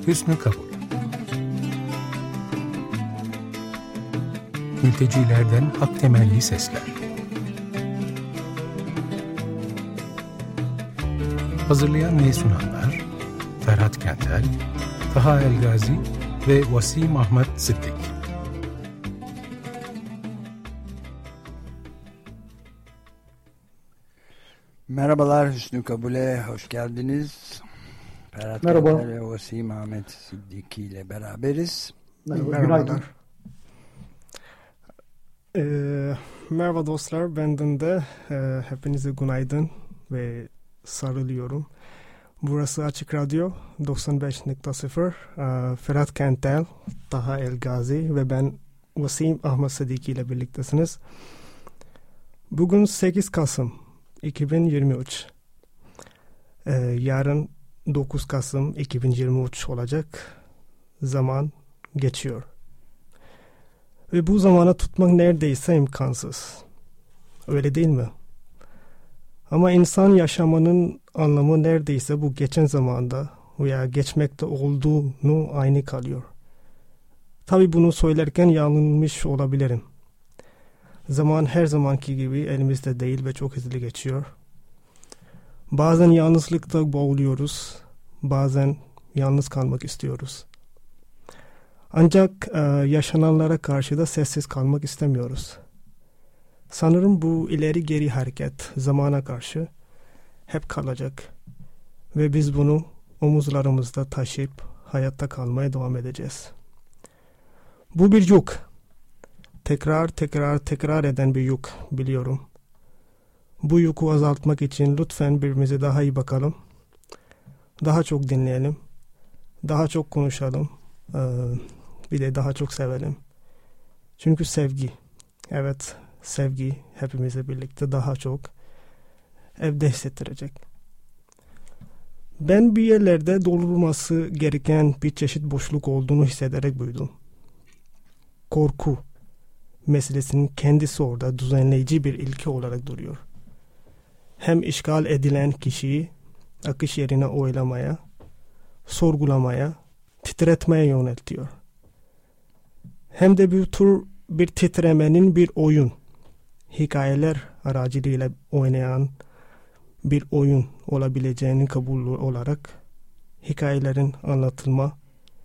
Hüsnü Kabul. Mültecilerden hak temelli sesler. Hazırlayan ve sunanlar Ferhat Kentel, Taha Elgazi ve Vasim Ahmet Sıddık. Merhabalar, Hüsnü Kabul'e hoş geldiniz. Ferhat Kentel ve Vasim Ahmet Sıddık ile beraberiz. Merhabalar. Merhaba dostlar, benden de hepinize günaydın ve sarılıyorum. Burası Açık Radyo 95.0. Ferhat Kentel, Taha Elgazi ve ben Vasim Ahmet Sıddık ile birliktesiniz. Bugün 8 Kasım 2023. Yarın 9 Kasım 2023 olacak. Zaman geçiyor. Ve bu zamanı tutmak neredeyse imkansız. Öyle değil mi? Ama insan yaşamının anlamı neredeyse bu geçen zamanda veya geçmekte olduğunu aynı kalıyor. Tabii bunu söylerken yanılmış olabilirim. Zaman her zamanki gibi elimizde değil ve çok hızlı geçiyor. Bazen yalnızlıkta boğuluyoruz, bazen yalnız kalmak istiyoruz. Ancak yaşananlara karşı da sessiz kalmak istemiyoruz. Sanırım bu ileri geri hareket zamana karşı hep kalacak ve biz bunu omuzlarımızda taşıyıp hayatta kalmaya devam edeceğiz. Bu bir yük. Tekrar eden bir yük biliyorum. Bu yükü azaltmak için lütfen birbirimize daha iyi bakalım. Daha çok dinleyelim. Daha çok konuşalım. Bir de daha çok sevelim. Çünkü sevgi. Evet, sevgi hepimize birlikte daha çok evde hissettirecek. Ben bir yerlerde doldurulması gereken bir çeşit boşluk olduğunu hissederek büyüdüm. Korku meselesinin kendisi orada düzenleyici bir ilke olarak duruyor. Hem işgal edilen kişiyi akış yerine oylamaya, sorgulamaya, titretmeye yöneltiyor. Hem de bir tür bir titremenin bir oyun, hikayeler aracılığıyla oynayan bir oyun olabileceğini kabul olarak hikayelerin anlatılma,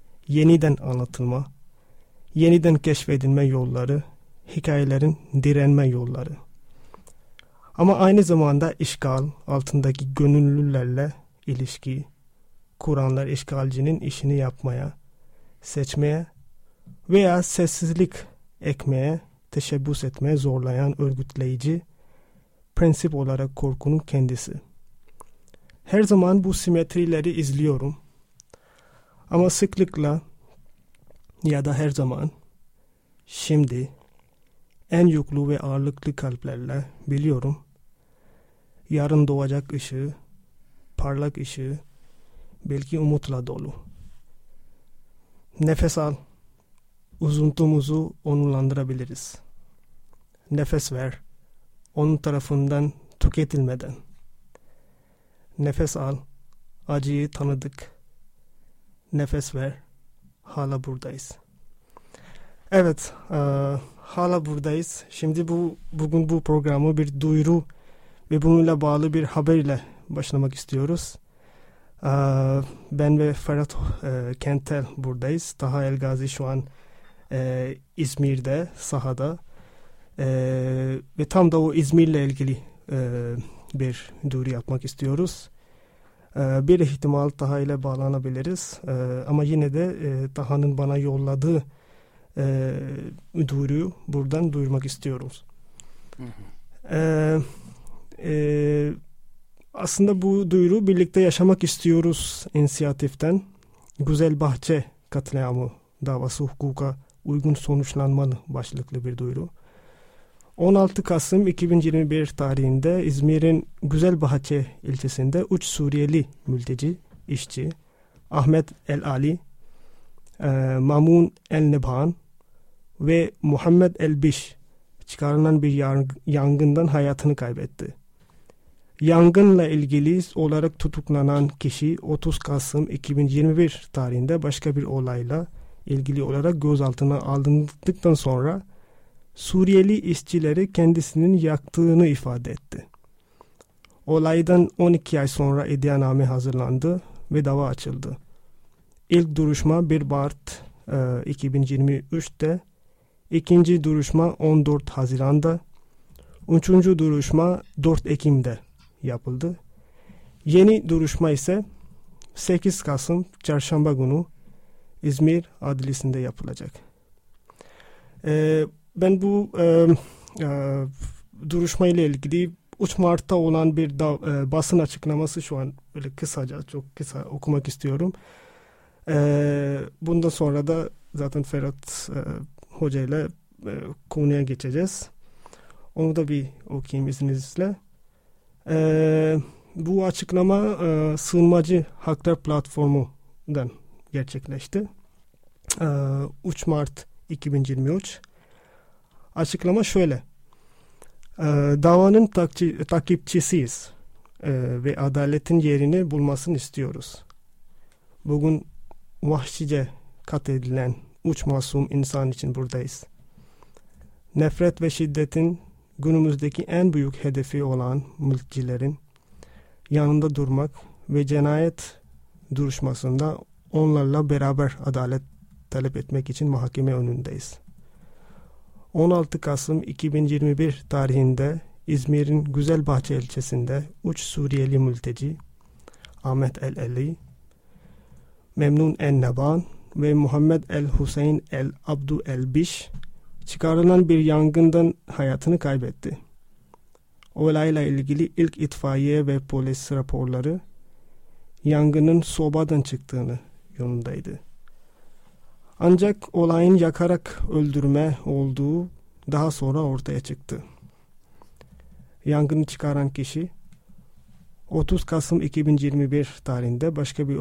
yeniden keşfedilme yolları, hikayelerin direnme yolları. Ama aynı zamanda işgal altındaki gönüllülerle ilişki kuranlar işgalcinin işini yapmaya, seçmeye veya sessizlik ekmeye, teşebbüs etmeye zorlayan örgütleyici prensip olarak korkunun kendisi. Her zaman bu simetrileri izliyorum. Ama sıklıkla ya da her zaman şimdi en yüklü ve ağırlıklı kalplerle biliyorum. Yarın doğacak ışığı, parlak ışığı, belki umutla dolu. Nefes al, üzüntümüzü onurlandırabiliriz. Nefes ver, onun tarafından tüketilmeden. Nefes al, acıyı tanıdık. Nefes ver, hala buradayız. Evet, hala buradayız. Şimdi bugün bu programı bir duyuru ve bununla bağlı bir haberle başlamak istiyoruz. Ben ve Ferhat Kentel buradayız. Taha Elgazi şu an İzmir'de, sahada. Ve tam da o İzmir'le ilgili bir duyuru yapmak istiyoruz. Bir ihtimal Taha ile bağlanabiliriz. Ama yine de Taha'nın bana yolladığı duyuruyu buradan duyurmak istiyoruz. Aslında bu duyuru birlikte yaşamak istiyoruz inisiyatiften. Güzel Bahçe katliamı davası hukuka uygun sonuçlanmalı başlıklı bir duyuru. 16 Kasım 2021 tarihinde İzmir'in Güzelbahçe ilçesinde 3 Suriyeli mülteci, işçi Ahmet El-Ali, Mamun El-Nebhan ve Muhammed El-Biş çıkarılan bir yangından hayatını kaybetti. Yangınla ilgili olarak tutuklanan kişi 30 Kasım 2021 tarihinde başka bir olayla ilgili olarak gözaltına alındıktan sonra Suriyeli işçileri kendisinin yaktığını ifade etti. Olaydan 12 ay sonra iddianame hazırlandı ve dava açıldı. İlk duruşma 1 Mart 2023'te, ikinci duruşma 14 Haziran'da, üçüncü duruşma 4 Ekim'de yapıldı. Yeni duruşma ise 8 Kasım Çarşamba günü İzmir Adliyesi'nde yapılacak. Ben bu duruşma ile ilgili 3 Mart'ta olan bir basın açıklaması şu an böyle kısaca, çok kısa okumak istiyorum. Bundan sonra da zaten Ferhat Hoca ile konuya geçeceğiz. Onu da bir okuyayım izninizle. Bu açıklama Sığınmacı Haklar Platformu'dan gerçekleşti. 3 Mart 2023. Açıklama şöyle. Davanın takipçisiyiz ve adaletin yerini bulmasını istiyoruz. Bugün vahşice katledilen 3 masum insan için buradayız. Nefret ve şiddetin günümüzdeki en büyük hedefi olan mültecilerin yanında durmak ve cinayet duruşmasında onlarla beraber adalet talep etmek için mahkeme önündeyiz. 16 Kasım 2021 tarihinde İzmir'in Güzelbahçe ilçesinde 3 Suriyeli mülteci Ahmet El-Eli, Memnun El-Neban ve Muhammed El-Hüseyin El-Abdu El-Biş çıkarılan bir yangından hayatını kaybetti. Olayla ilgili ilk itfaiye ve polis raporları yangının sobadan çıktığını yönündeydi. Ancak olayın yakarak öldürme olduğu daha sonra ortaya çıktı. Yangını çıkaran kişi 30 Kasım 2021 tarihinde başka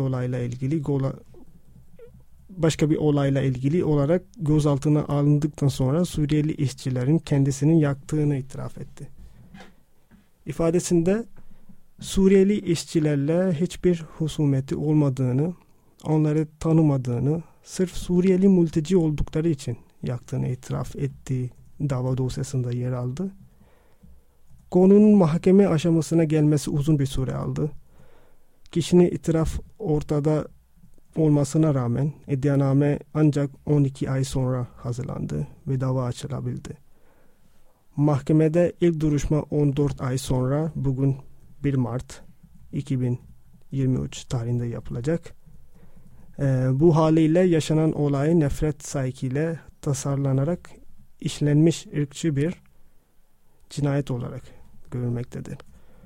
bir olayla ilgili olarak gözaltına alındıktan sonra Suriyeli işçilerin kendisinin yaktığını itiraf etti. İfadesinde Suriyeli işçilerle hiçbir husumeti olmadığını, onları tanımadığını, sırf Suriyeli mülteci oldukları için yaktığını itiraf ettiği dava dosyasında yer aldı. Konunun mahkeme aşamasına gelmesi uzun bir süre aldı. Kişinin itiraf ortada olmasına rağmen iddianame ancak 12 ay sonra hazırlandı ve dava açılabildi. Mahkemede ilk duruşma 14 ay sonra bugün 1 Mart 2023 tarihinde yapılacak. Bu haliyle yaşanan olay nefret saykiyle tasarlanarak işlenmiş ırkçı bir cinayet olarak görülmektedir.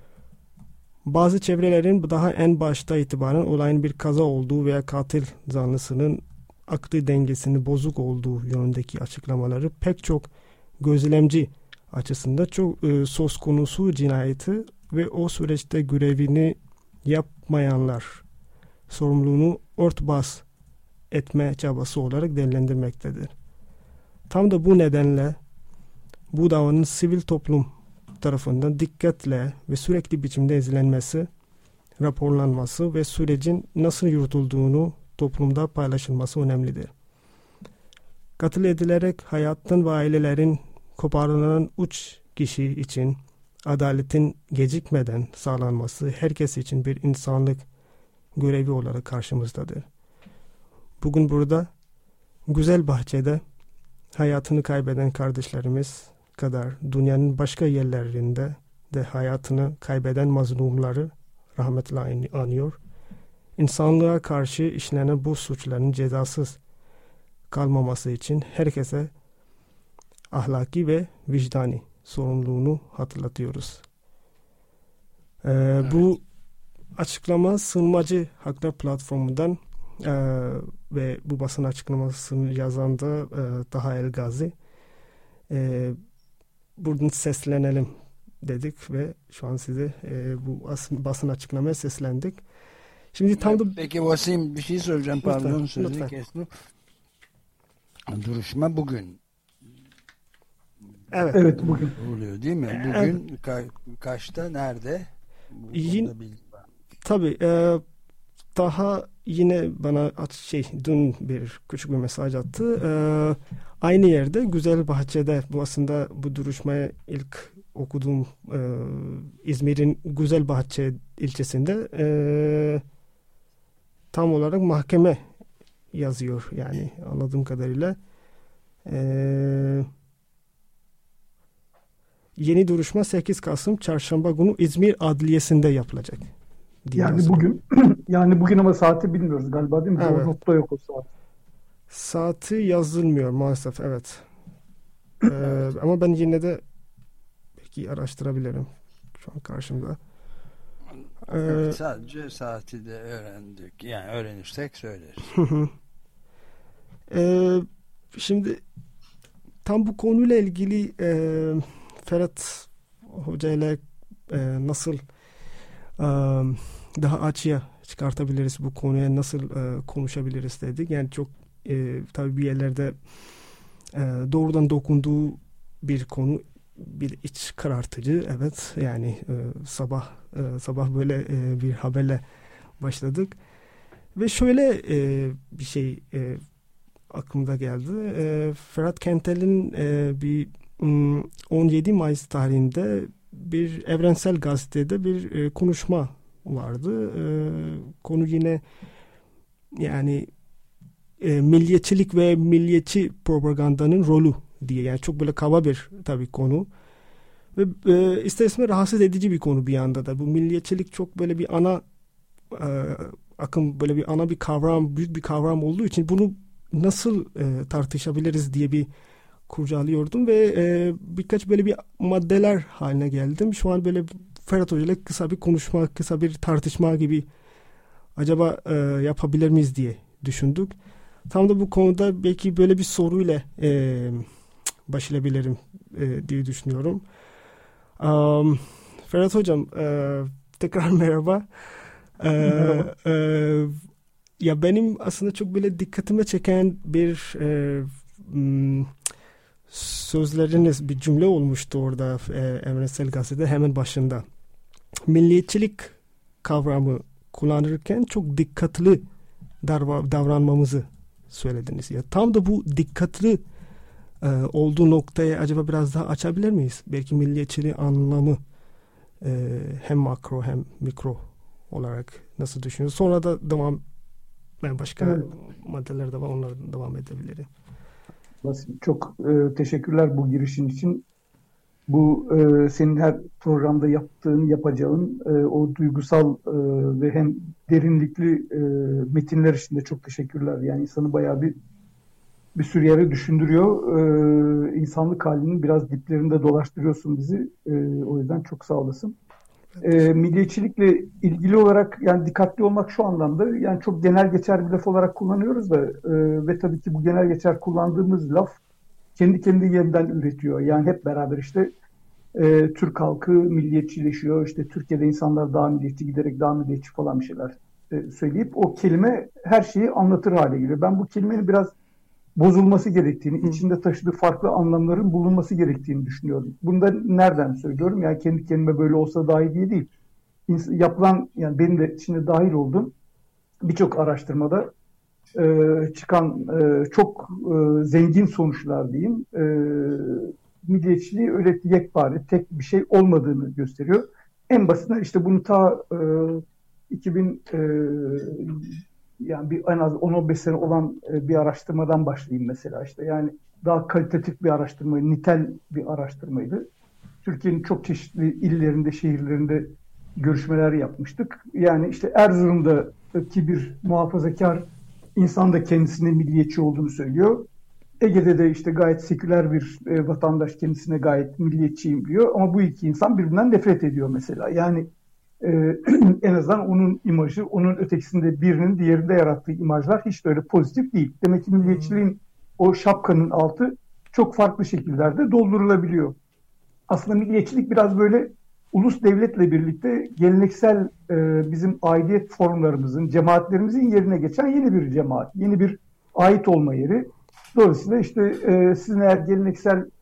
Bazı çevrelerin daha en başta itibaren olayın bir kaza olduğu veya katil zanlısının akli dengesinin bozuk olduğu yönündeki açıklamaları pek çok gözlemci açısından çok söz konusu cinayeti ve o süreçte görevini yapmayanlar sorumluluğunu örtbas etme çabası olarak değerlendirmektedir. Tam da bu nedenle bu davanın sivil toplum tarafından dikkatle ve sürekli biçimde izlenmesi, raporlanması ve sürecin nasıl yürütüldüğünü toplumda paylaşılması önemlidir. Katil edilerek hayattan ve ailelerin koparılan 3 kişi için adaletin gecikmeden sağlanması herkes için bir insanlık görevi olarak karşımızdadır. Bugün burada Güzelbahçe'de hayatını kaybeden kardeşlerimiz kadar dünyanın başka yerlerinde de hayatını kaybeden mazlumları rahmetle anıyor. İnsanlığa karşı işlenen bu suçların cezasız kalmaması için herkese ahlaki ve vicdani sorumluluğunu hatırlatıyoruz. Evet. Bu açıklama Sığınmacı Haklar Platformu'ndan ve bu basın açıklamasını yazan da Taha El-Gazi. Buradan seslenelim dedik ve şu an size bu basın açıklamaya seslendik. Şimdi tam da... Peki Vasim, bir şey soracağım, pardon sözünü kestim. Duruşma bugün. Evet bugün. Oluyor değil mi? Bugün kaçta, nerede? Tabii daha yine bana dün bir küçük bir mesaj attı. Aynı yerde Güzelbahçe'de, bu aslında bu duruşmaya ilk okuduğum İzmir'in Güzelbahçe ilçesinde tam olarak mahkeme yazıyor yani anladığım kadarıyla. Yeni duruşma 8 Kasım Çarşamba günü İzmir Adliyesi'nde yapılacak. Yani bugün yani bugün ama saati bilmiyoruz galiba, değil mi? Evet. Notta yok o saat. Saati yazılmıyor maalesef, evet. Ama ben yine de belki araştırabilirim. Şu an karşımda. Evet, sadece saati de öğrendik. Yani öğrenirsek söyleriz. Şimdi tam bu konuyla ilgili Ferhat Hoca ile nasıl daha açığa çıkartabiliriz bu konuya, nasıl konuşabiliriz dedik. Yani çok tabii bir yerlerde doğrudan dokunduğu bir konu, bir iç karartıcı. Evet, yani sabah böyle bir haberle başladık ve şöyle bir şey aklımda geldi. Ferhat Kentel'in bir 17 Mayıs tarihinde bir Evrensel Gazete'de bir konuşma vardı. Konu yine yani milliyetçilik ve milliyetçi propagandanın rolü diye. Yani çok böyle kaba bir tabii konu. Ve ister istemez rahatsız edici bir konu bir yanda da. Bu milliyetçilik çok böyle bir ana akım, böyle bir ana bir kavram, büyük bir kavram olduğu için bunu nasıl tartışabiliriz diye bir kurcalıyordum ve birkaç böyle bir maddeler haline geldim. Şu an böyle Ferhat Hoca ile kısa bir konuşma, kısa bir tartışma gibi acaba yapabilir miyiz diye düşündük. Tam da bu konuda belki böyle bir soruyla başlayabilirim diye düşünüyorum. Ferhat Hocam, tekrar merhaba. Merhaba. Ya benim aslında çok böyle dikkatime çeken bir sözleriniz, bir cümle olmuştu orada Evrensel Gazete'de hemen başında. Milliyetçilik kavramı kullanırken çok dikkatli davranmamızı söylediniz. Ya tam da bu dikkatli olduğu noktaya acaba biraz daha açabilir miyiz? Belki milliyetçiliğin anlamı hem makro hem mikro olarak nasıl düşünüyorsunuz? Sonra da başka maddeler de var, onlardan devam edebilirim. Çok teşekkürler bu girişin için. Bu senin her programda yapacağın o duygusal ve hem derinlikli metinler için de çok teşekkürler. Yani insanı bayağı bir sürü yere düşündürüyor. İnsanlık halinin biraz diplerinde dolaştırıyorsun bizi. O yüzden çok sağ olasın. Milliyetçilikle ilgili olarak yani dikkatli olmak şu anlamda, yani çok genel geçer bir laf olarak kullanıyoruz da ve tabii ki bu genel geçer kullandığımız laf kendi yeniden üretiyor. Yani hep beraber işte Türk halkı milliyetçileşiyor. İşte Türkiye'de insanlar daha milliyetçi, giderek daha milliyetçi falan bir şeyler söyleyip o kelime her şeyi anlatır hale geliyor. Ben bu kelimenin biraz bozulması gerektiğini, içinde taşıdığı farklı anlamların bulunması gerektiğini düşünüyorum. Bunu da nereden söylüyorum? Yani kendi kendime böyle olsa daha iyi diye değil. Yapılan, yani benim de içinde dahil olduğum birçok araştırmada çıkan çok zengin sonuçlar diyeyim, milliyetçiliği öyle yekpare tek bir şey olmadığını gösteriyor. En basitinden işte bunu ta 2000 yani en az 10-15 sene olan bir araştırmadan başlayayım mesela. İşte yani daha kalitatif bir araştırmaydı, nitel bir araştırmaydı. Türkiye'nin çok çeşitli illerinde, şehirlerinde görüşmeler yapmıştık. Yani işte Erzurum'daki bir muhafazakar insan da kendisine milliyetçi olduğunu söylüyor. Ege'de de işte gayet seküler bir vatandaş kendisine gayet milliyetçiyim diyor. Ama bu iki insan birbirinden nefret ediyor mesela. Yani en azından onun imajı, onun ötekisinde birinin diğerinde yarattığı imajlar hiç de öyle pozitif değil. Demek ki milliyetçiliğin o şapkanın altı çok farklı şekillerde doldurulabiliyor. Aslında milliyetçilik biraz böyle ulus devletle birlikte geleneksel bizim aidiyet formlarımızın, cemaatlerimizin yerine geçen yeni bir cemaat, yeni bir ait olma yeri. Dolayısıyla işte sizin eğer geleneksel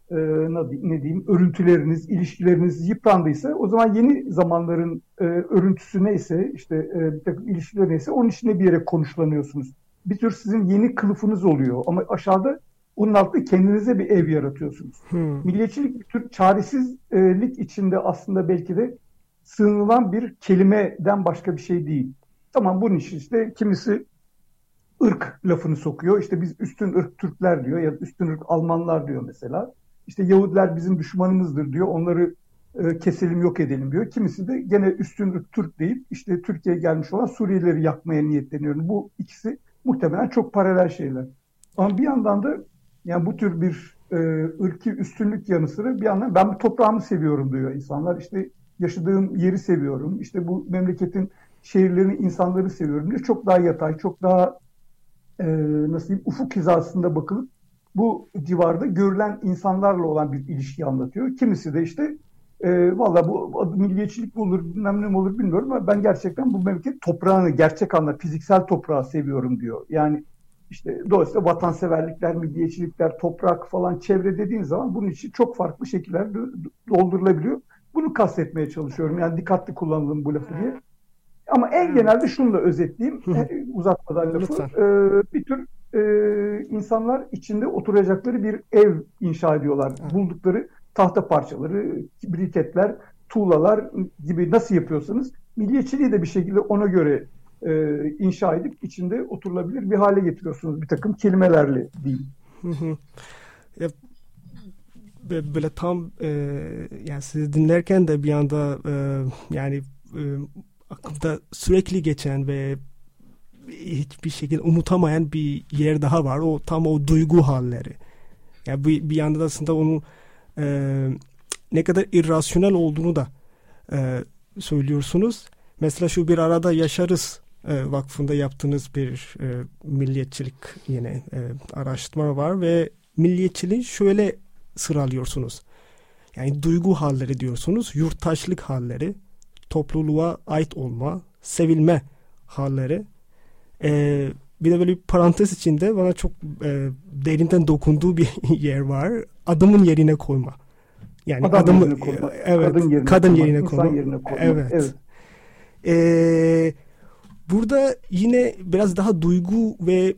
ne diyeyim, örüntüleriniz, ilişkileriniz yıprandıysa o zaman yeni zamanların örüntüsü neyse, işte bir takım ilişkiler neyse onun içinde bir yere konuşlanıyorsunuz. Bir tür sizin yeni kılıfınız oluyor ama aşağıda onun altında kendinize bir ev yaratıyorsunuz. Milliyetçilik bir tür çaresizlik içinde aslında belki de sığınılan bir kelimeden başka bir şey değil. Tamam, bunun için işte kimisi ırk lafını sokuyor. İşte biz üstün ırk Türkler diyor ya da üstün ırk Almanlar diyor mesela. İşte Yahudiler bizim düşmanımızdır diyor. Onları keselim, yok edelim diyor. Kimisi de gene üstün ırk Türk deyip işte Türkiye'ye gelmiş olan Suriyelileri yakmaya niyetleniyor. Bu ikisi muhtemelen çok paralel şeyler. Ama bir yandan da yani bu tür bir ırki üstünlük yanı sıra bir yandan ben bu toprağımı seviyorum diyor insanlar. İşte yaşadığım yeri seviyorum. İşte bu memleketin şehirlerini, insanları seviyorum diyor. Çok daha yatay, çok daha nasıl diyeyim, ufuk hizasında bakılıp bu civarda görülen insanlarla olan bir ilişki anlatıyor. Kimisi de işte valla bu milliyetçilik mi olur, bilmem ne mi olur bilmiyorum ama ben gerçekten bu memleket toprağını, gerçek anlamda fiziksel toprağı seviyorum diyor. Yani işte dolayısıyla vatanseverlikler, milliyetçilikler, toprak falan, çevre dediğin zaman bunun için çok farklı şekiller doldurulabiliyor. Bunu kastetmeye çalışıyorum. Yani dikkatli kullanalım bu lafı diye. Ama en genelde şunu da özetleyeyim, uzatmadan lafı. Bir tür insanlar içinde oturacakları bir ev inşa ediyorlar. Buldukları tahta parçaları, briketler, tuğlalar gibi nasıl yapıyorsanız milliyetçiliği de bir şekilde ona göre inşa edip içinde oturulabilir bir hale getiriyorsunuz. Bir takım kelimelerle diyeyim. Böyle tam yani sizi dinlerken de bir anda yani aklımda sürekli geçen ve hiçbir şekilde unutamayan bir yer daha var. O tam o duygu halleri. Yani bir yanda da aslında onun ne kadar irrasyonel olduğunu da söylüyorsunuz. Mesela şu Bir Arada Yaşarız Vakfı'nda yaptığınız bir milliyetçilik yine araştırma var ve milliyetçiliği şöyle sıralıyorsunuz. Yani duygu halleri diyorsunuz, yurttaşlık halleri, topluluğa ait olma, sevilme halleri. Bir de böyle bir parantez içinde bana çok derinden dokunduğu bir yer var. Adamın yerine koyma. Yani adamı yerine koyma. Evet, kadın yerine koyma. Evet. Burada yine biraz daha duygu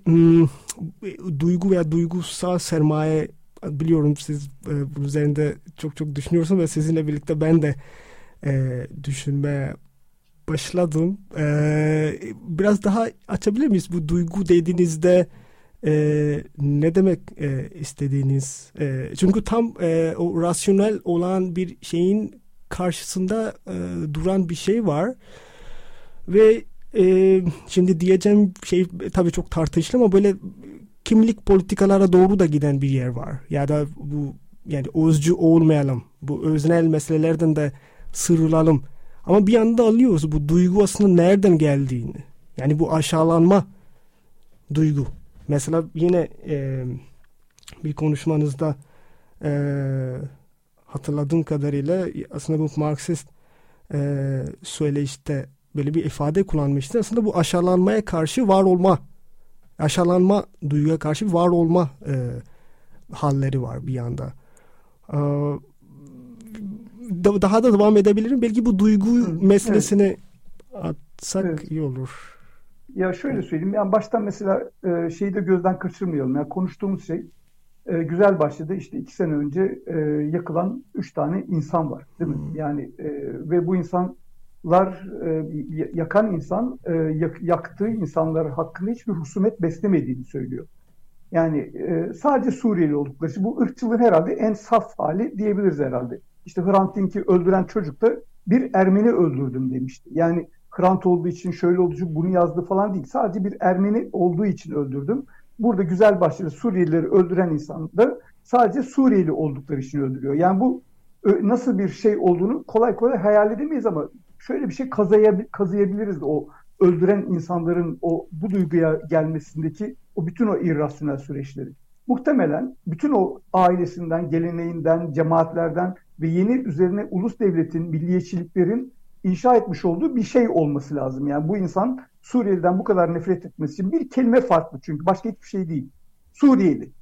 veya duygusal sermaye, biliyorum siz bunun üzerinde çok düşünüyorsunuz ve sizinle birlikte ben de düşünmeye başladım. Biraz daha açabilir miyiz? Bu duygu dediğinizde ne demek istediğiniz? Çünkü tam o rasyonel olan bir şeyin karşısında duran bir şey var. Ve şimdi diyeceğim şey tabii çok tartışılı ama böyle kimlik politikalara doğru da giden bir yer var. Ya da bu yani özcü olmayalım. Bu öznel meselelerden de sıyrılalım. Ama bir yanda alıyoruz bu duygu aslında nereden geldiğini. Yani bu aşağılanma duygu. Mesela yine bir konuşmanızda hatırladığım kadarıyla aslında bu Marksist söyleyişte böyle bir ifade kullanmıştı. Aslında bu aşağılanmaya karşı var olma, aşağılanma duyguya karşı var olma halleri var bir yanda. Daha da devam edebilirim. Belki bu duygu meselesini atsak iyi olur. Ya şöyle söyleyeyim. Yani baştan mesela şeyi de gözden kaçırmayalım. Yani konuştuğumuz şey güzel başladı. İşte 2 sene önce yakılan 3 tane insan var. Değil mi? Yani ve bu insanlar yakan insan yaktığı insanlar hakkında hiçbir husumet beslemediğini söylüyor. Yani sadece Suriyeli oldukları için bu ırkçılığın herhalde en saf hali diyebiliriz herhalde. İşte Hrant Dink'i öldüren çocuk da bir Ermeni öldürdüm demişti. Yani Hrant olduğu için şöyle olduğu için bunu yazdı falan değil. Sadece bir Ermeni olduğu için öldürdüm. Burada güzel başlı Suriyelileri öldüren insan da sadece Suriyeli oldukları için öldürüyor. Yani bu nasıl bir şey olduğunu kolay kolay hayal edemeyiz ama şöyle bir şey kazıyabiliriz de o öldüren insanların bu duyguya gelmesindeki bütün o irrasyonel süreçleri. Muhtemelen bütün o ailesinden, geleneğinden, cemaatlerden ve yeni üzerine ulus devletin, milliyetçiliklerin inşa etmiş olduğu bir şey olması lazım. Yani bu insan Suriyeli'den bu kadar nefret etmesi için bir kelime farklı çünkü başka hiçbir şey değil. Suriyeli.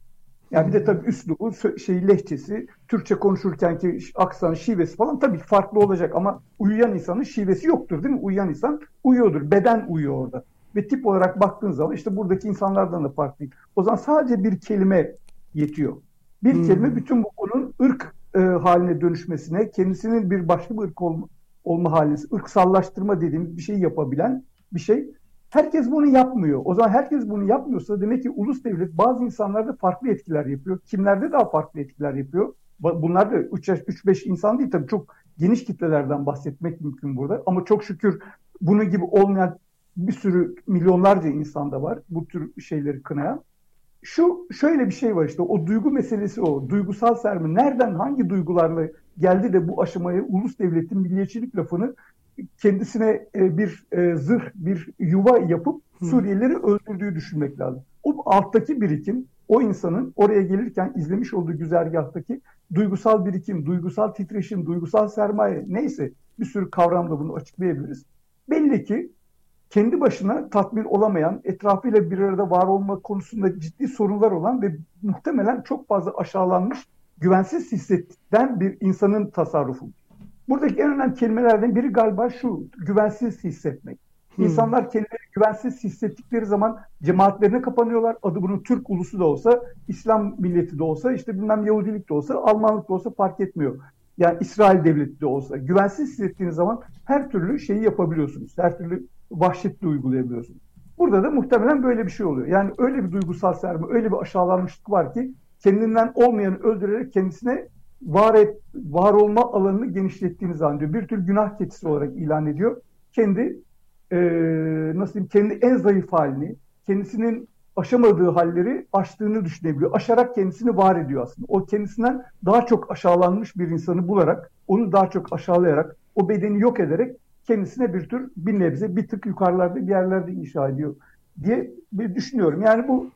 Yani bir de tabii üslubu, lehçesi, Türkçe konuşurkenki aksanı, şivesi falan tabii farklı olacak ama uyuyan insanın şivesi yoktur değil mi? Uyuyan insan uyuyordur. Beden uyuyor orada. Ve tip olarak baktığın zaman işte buradaki insanlardan da farklı. O zaman sadece bir kelime yetiyor. Bir kelime bütün bu konunun ırk haline dönüşmesine, kendisinin bir başka bir ırk olma haline, ırksallaştırma dediğimiz bir şey yapabilen bir şey. Herkes bunu yapmıyor. O zaman herkes bunu yapmıyorsa demek ki ulus devlet bazı insanlarda farklı etkiler yapıyor. Kimlerde daha farklı etkiler yapıyor? Bunlar da 3-5 insan değil tabii, çok geniş kitlelerden bahsetmek mümkün burada. Ama çok şükür bunun gibi olmayan bir sürü milyonlarca insan da var bu tür şeyleri kınayan. Şöyle bir şey var işte, o duygu meselesi, o duygusal sermi nereden, hangi duygularla geldi de bu aşamaya ulus devletin milliyetçilik lafını kendisine bir zırh, bir yuva yapıp Suriyelileri öldürdüğü düşünmek lazım. O alttaki birikim, o insanın oraya gelirken izlemiş olduğu güzergahtaki duygusal birikim, duygusal titreşim, duygusal sermaye, neyse bir sürü kavramla bunu açıklayabiliriz. Belli ki kendi başına tatmin olamayan, etrafıyla bir arada var olma konusunda ciddi sorunlar olan ve muhtemelen çok fazla aşağılanmış, güvensiz hisseden bir insanın tasarrufu. Buradaki en önemli kelimelerden biri galiba şu: güvensiz hissetmek. İnsanlar kendileri güvensiz hissettikleri zaman cemaatlerine kapanıyorlar. Adı bunun Türk ulusu da olsa, İslam milleti de olsa, işte bilmem Yahudilik de olsa, Almanlık da olsa fark etmiyor. Yani İsrail devleti de olsa. Güvensiz hissettiğiniz zaman her türlü şeyi yapabiliyorsunuz. Her türlü vahşetli uygulayabiliyorsunuz. Burada da muhtemelen böyle bir şey oluyor. Yani öyle bir duygusal serme, öyle bir aşağılanmışlık var ki kendinden olmayanı öldürerek kendisine var olma alanını genişlettiğini zannediyor. Bir tür günah keçisi olarak ilan ediyor. Kendi kendi en zayıf halini, kendisinin aşamadığı halleri aştığını düşünebiliyor. Aşarak kendisini var ediyor aslında. O kendisinden daha çok aşağılanmış bir insanı bularak, onu daha çok aşağılayarak, o bedeni yok ederek kendisine bir tür bir nebze, bir tık yukarılarda bir yerlerde inşa ediyor diye düşünüyorum. Yani bu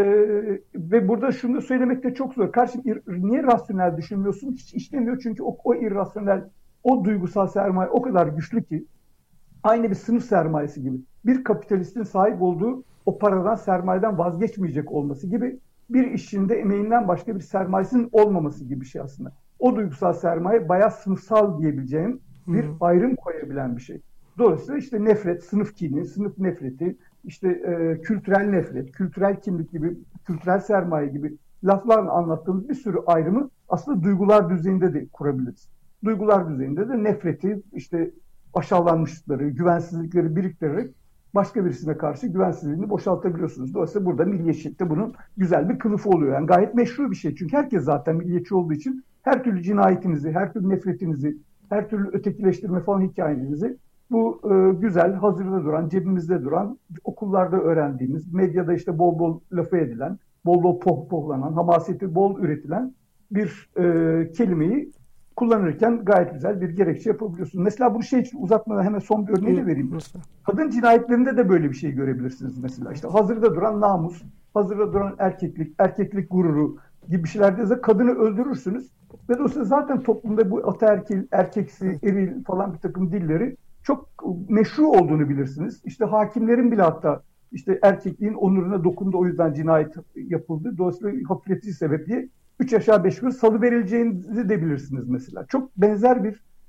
ve burada şunu da söylemek de çok zor. Karşım niye rasyonel düşünmüyorsun? Hiç işlemiyor çünkü o irrasyonel, o duygusal sermaye o kadar güçlü ki, aynı bir sınıf sermayesi gibi. Bir kapitalistin sahip olduğu o paradan, sermayeden vazgeçmeyecek olması gibi, bir işçinin de emeğinden başka bir sermayesinin olmaması gibi bir şey aslında. O duygusal sermaye bayağı sınıfsal diyebileceğim bir ayrım koyabilen bir şey. Dolayısıyla işte nefret, sınıf kini, sınıf nefreti, işte kültürel nefret, kültürel kimlik gibi, kültürel sermaye gibi laflarla anlattığımız bir sürü ayrımı aslında duygular düzeyinde de kurabiliriz. Duygular düzeyinde de nefreti, işte aşağılanmışlıkları, güvensizlikleri biriktirerek başka birisine karşı güvensizliğini boşaltabiliyorsunuz. Dolayısıyla burada milliyetçilikte bunun güzel bir kılıfı oluyor. Yani gayet meşru bir şey. Çünkü herkes zaten milliyetçi olduğu için her türlü cinayetinizi, her türlü nefretinizi, her türlü ötekileştirme falan hikayenizi bu güzel, hazırda duran, cebimizde duran, okullarda öğrendiğimiz, medyada işte bol bol lafı edilen, bol bol pohpohlanan, hamaseti bol üretilen bir kelimeyi kullanırken gayet güzel bir gerekçe yapabiliyorsunuz. Mesela bunu için uzatmadan hemen son bir örneği de vereyim. Kadın cinayetlerinde de böyle bir şey görebilirsiniz mesela. İşte hazırda duran namus, hazırda duran erkeklik gururu gibi şeylerde de kadını öldürürsünüz. Ve dolayısıyla zaten toplumda bu ataerkil, erkeksi, eril falan bir takım dilleri çok meşru olduğunu bilirsiniz. İşte hakimlerin bile hatta işte erkekliğin onuruna dokundu, o yüzden cinayet yapıldı. Dolayısıyla hafifletici sebep diye 3 aşağı 5 yukarı salı verileceğinizi de bilirsiniz mesela. Çok benzer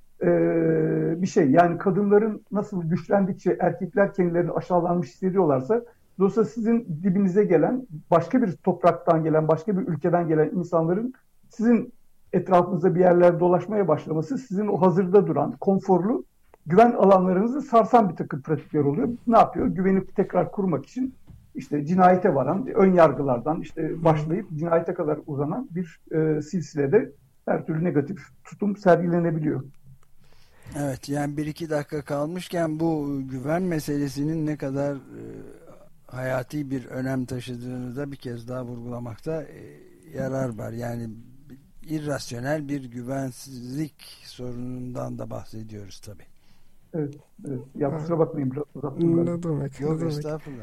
bir şey. Yani kadınların nasıl güçlendikçe erkekler kendilerini aşağılanmış hissediyorlarsa, dolayısıyla sizin dibinize gelen, başka bir topraktan gelen, başka bir ülkeden gelen insanların sizin etrafınızda bir yerlerde dolaşmaya başlaması, sizin o hazırda duran, konforlu güven alanlarınızı sarsan bir takım pratikler oluyor. Ne yapıyor? Güveni tekrar kurmak için işte cinayete varan, ön yargılardan işte başlayıp cinayete kadar uzanan bir silsilede her türlü negatif tutum sergilenebiliyor. Evet, yani 1-2 dakika kalmışken bu güven meselesinin ne kadar hayati bir önem taşıdığını da bir kez daha vurgulamakta yarar var. Yani irrasyonel bir güvensizlik sorunundan da bahsediyoruz tabii. Evet. Ya kusura bakmayın. Ne demek? Yok, estağfurullah.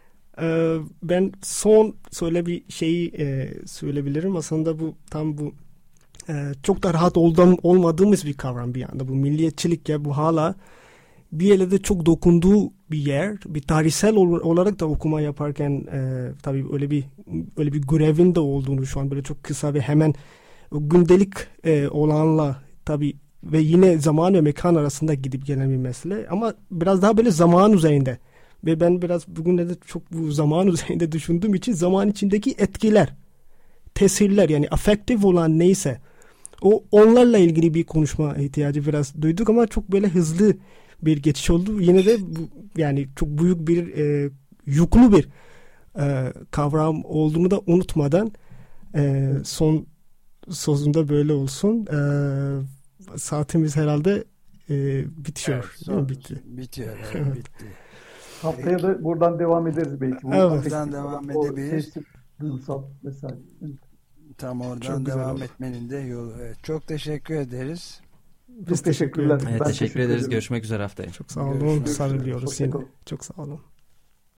Ben son bir şeyi söyleyebilirim. Aslında bu tam bu çok da rahat olmadığımız bir kavram bir anda. Bu milliyetçilik ya, bu hala bir yere de çok dokunduğu bir yer. Bir tarihsel olarak da okuma yaparken tabii öyle bir görevin de olduğunu şu an böyle çok kısa ve hemen gündelik olanla tabii ve yine zaman ve mekan arasında gidip gelen bir mesele ama biraz daha böyle zaman üzerinde ve ben biraz bugünlerde çok bu zaman üzerinde düşündüğüm için zaman içindeki etkiler, tesirler yani affektif olan neyse onlarla ilgili bir konuşma ihtiyacı biraz duyduk ama çok böyle hızlı bir geçiş oldu. Yine de yani çok büyük bir yüklü bir kavram olduğunu da unutmadan son sözünde böyle olsun. Saatimiz herhalde bitiyor. Evet, bitti. Bitiyor. Evet, bitti. Haftaya da buradan devam ederiz belki. Evet. Buradan devam edebiliriz. Duygusal vesaire. Tam oradan Çok güzel devam oldu. etmenin de yolu. Evet, çok teşekkür ederiz. Biz Teşekkürler. teşekkür ederiz. Evet, Ben teşekkür ederiz. ederim. Görüşmek üzere haftaya. Çok sağ olun. Görüşmek üzere. Sarılıyoruz Hoşça yine. kalın. Çok sağ olun.